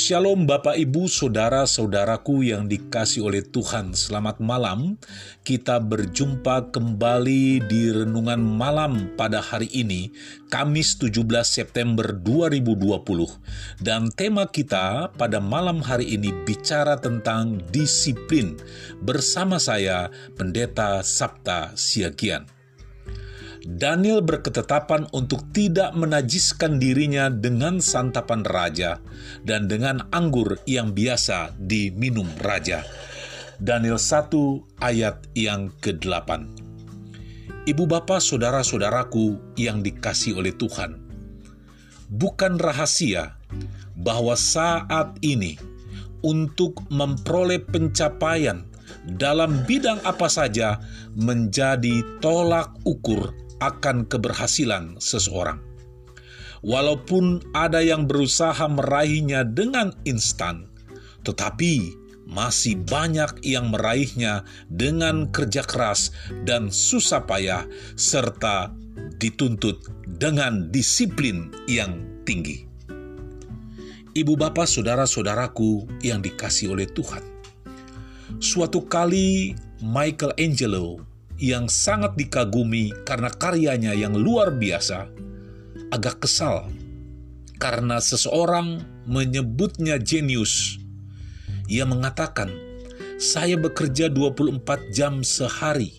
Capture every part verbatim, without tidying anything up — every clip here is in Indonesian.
Shalom Bapak Ibu Saudara-saudaraku yang dikasihi oleh Tuhan. Selamat malam. Kita berjumpa kembali di Renungan Malam pada hari ini, Kamis tujuh belas September dua ribu dua puluh. Dan tema kita pada malam hari ini bicara tentang disiplin. Bersama saya, Pendeta Sabta Siagian. Daniel berketetapan untuk tidak menajiskan dirinya dengan santapan raja dan dengan anggur yang biasa diminum raja. Daniel satu ayat yang kedelapan. Ibu bapa saudara-saudaraku yang dikasihi oleh Tuhan, bukan rahasia bahwa saat ini untuk memperoleh pencapaian dalam bidang apa saja menjadi tolak ukur akan keberhasilan seseorang. Walaupun ada yang berusaha meraihnya dengan instan, tetapi masih banyak yang meraihnya dengan kerja keras dan susah payah, serta dituntut dengan disiplin yang tinggi. Ibu bapa saudara-saudaraku yang dikasihi oleh Tuhan, suatu kali Michelangelo yang sangat dikagumi karena karyanya yang luar biasa, agak kesal karena seseorang menyebutnya jenius. Ia mengatakan, saya bekerja dua puluh empat jam sehari,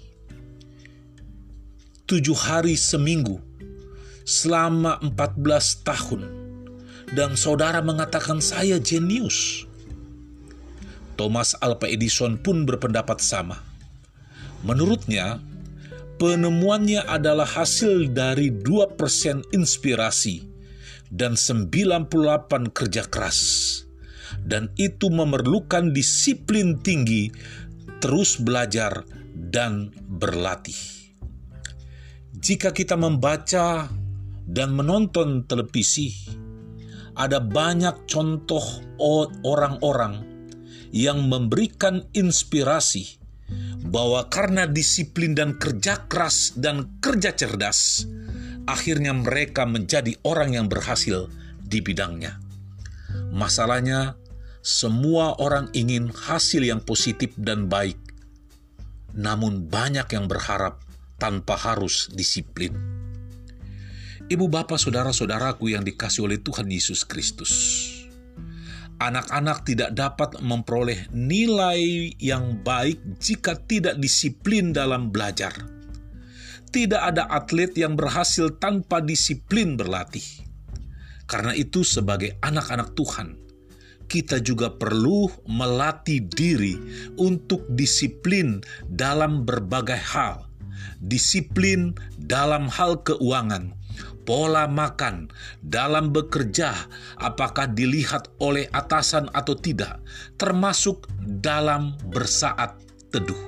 tujuh hari seminggu, selama empat belas tahun, dan saudara mengatakan saya jenius. Thomas Alva Edison pun berpendapat sama. Menurutnya, penemuannya adalah hasil dari dua persen inspirasi dan sembilan puluh delapan kerja keras. Dan itu memerlukan disiplin tinggi, terus belajar dan berlatih. Jika kita membaca dan menonton televisi, ada banyak contoh orang-orang yang memberikan inspirasi bahwa karena disiplin dan kerja keras dan kerja cerdas, akhirnya mereka menjadi orang yang berhasil di bidangnya. Masalahnya, semua orang ingin hasil yang positif dan baik, namun banyak yang berharap tanpa harus disiplin. Ibu bapa saudara-saudaraku yang dikasihi oleh Tuhan Yesus Kristus, anak-anak tidak dapat memperoleh nilai yang baik jika tidak disiplin dalam belajar. Tidak ada atlet yang berhasil tanpa disiplin berlatih. Karena itu, sebagai anak-anak Tuhan, kita juga perlu melatih diri untuk disiplin dalam berbagai hal. Disiplin dalam hal keuangan, pola makan, dalam bekerja, apakah dilihat oleh atasan atau tidak, termasuk dalam bersaat teduh.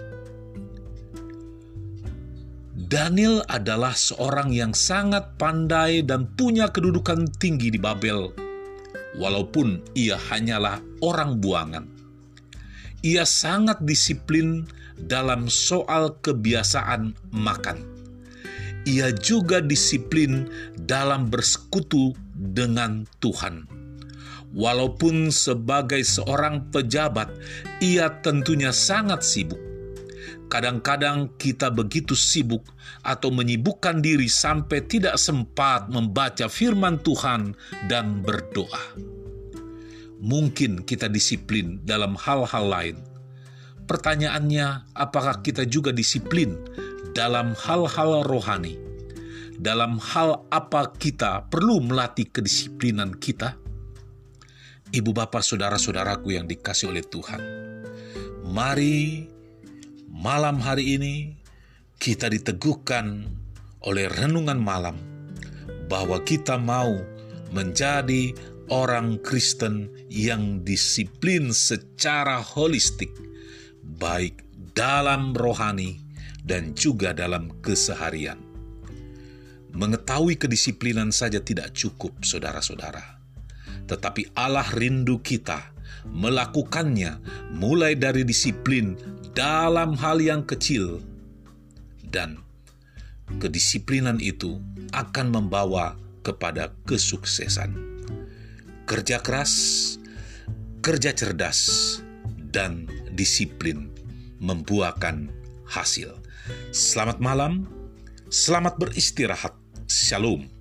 Daniel adalah seorang yang sangat pandai dan punya kedudukan tinggi di Babel, walaupun ia hanyalah orang buangan. Ia sangat disiplin dalam soal kebiasaan makan. Ia juga disiplin dalam bersekutu dengan Tuhan. Walaupun sebagai seorang pejabat, ia tentunya sangat sibuk. Kadang-kadang kita begitu sibuk atau menyibukkan diri sampai tidak sempat membaca firman Tuhan dan berdoa. Mungkin kita disiplin dalam hal-hal lain. Pertanyaannya, apakah kita juga disiplin dalam hal-hal rohani? Dalam hal apa kita perlu melatih kedisiplinan kita? Ibu bapa saudara-saudaraku yang dikasihi oleh Tuhan, mari malam hari ini kita diteguhkan oleh renungan malam bahwa kita mau menjadi orang Kristen yang disiplin secara holistik, baik dalam rohani dan juga dalam keseharian. Mengetahui kedisiplinan saja tidak cukup, saudara-saudara. Tetapi Allah rindu kita melakukannya mulai dari disiplin dalam hal yang kecil. Dan kedisiplinan itu akan membawa kepada kesuksesan. Kerja keras kerja cerdas, dan disiplin membuahkan hasil. Selamat malam, selamat beristirahat. Shalom.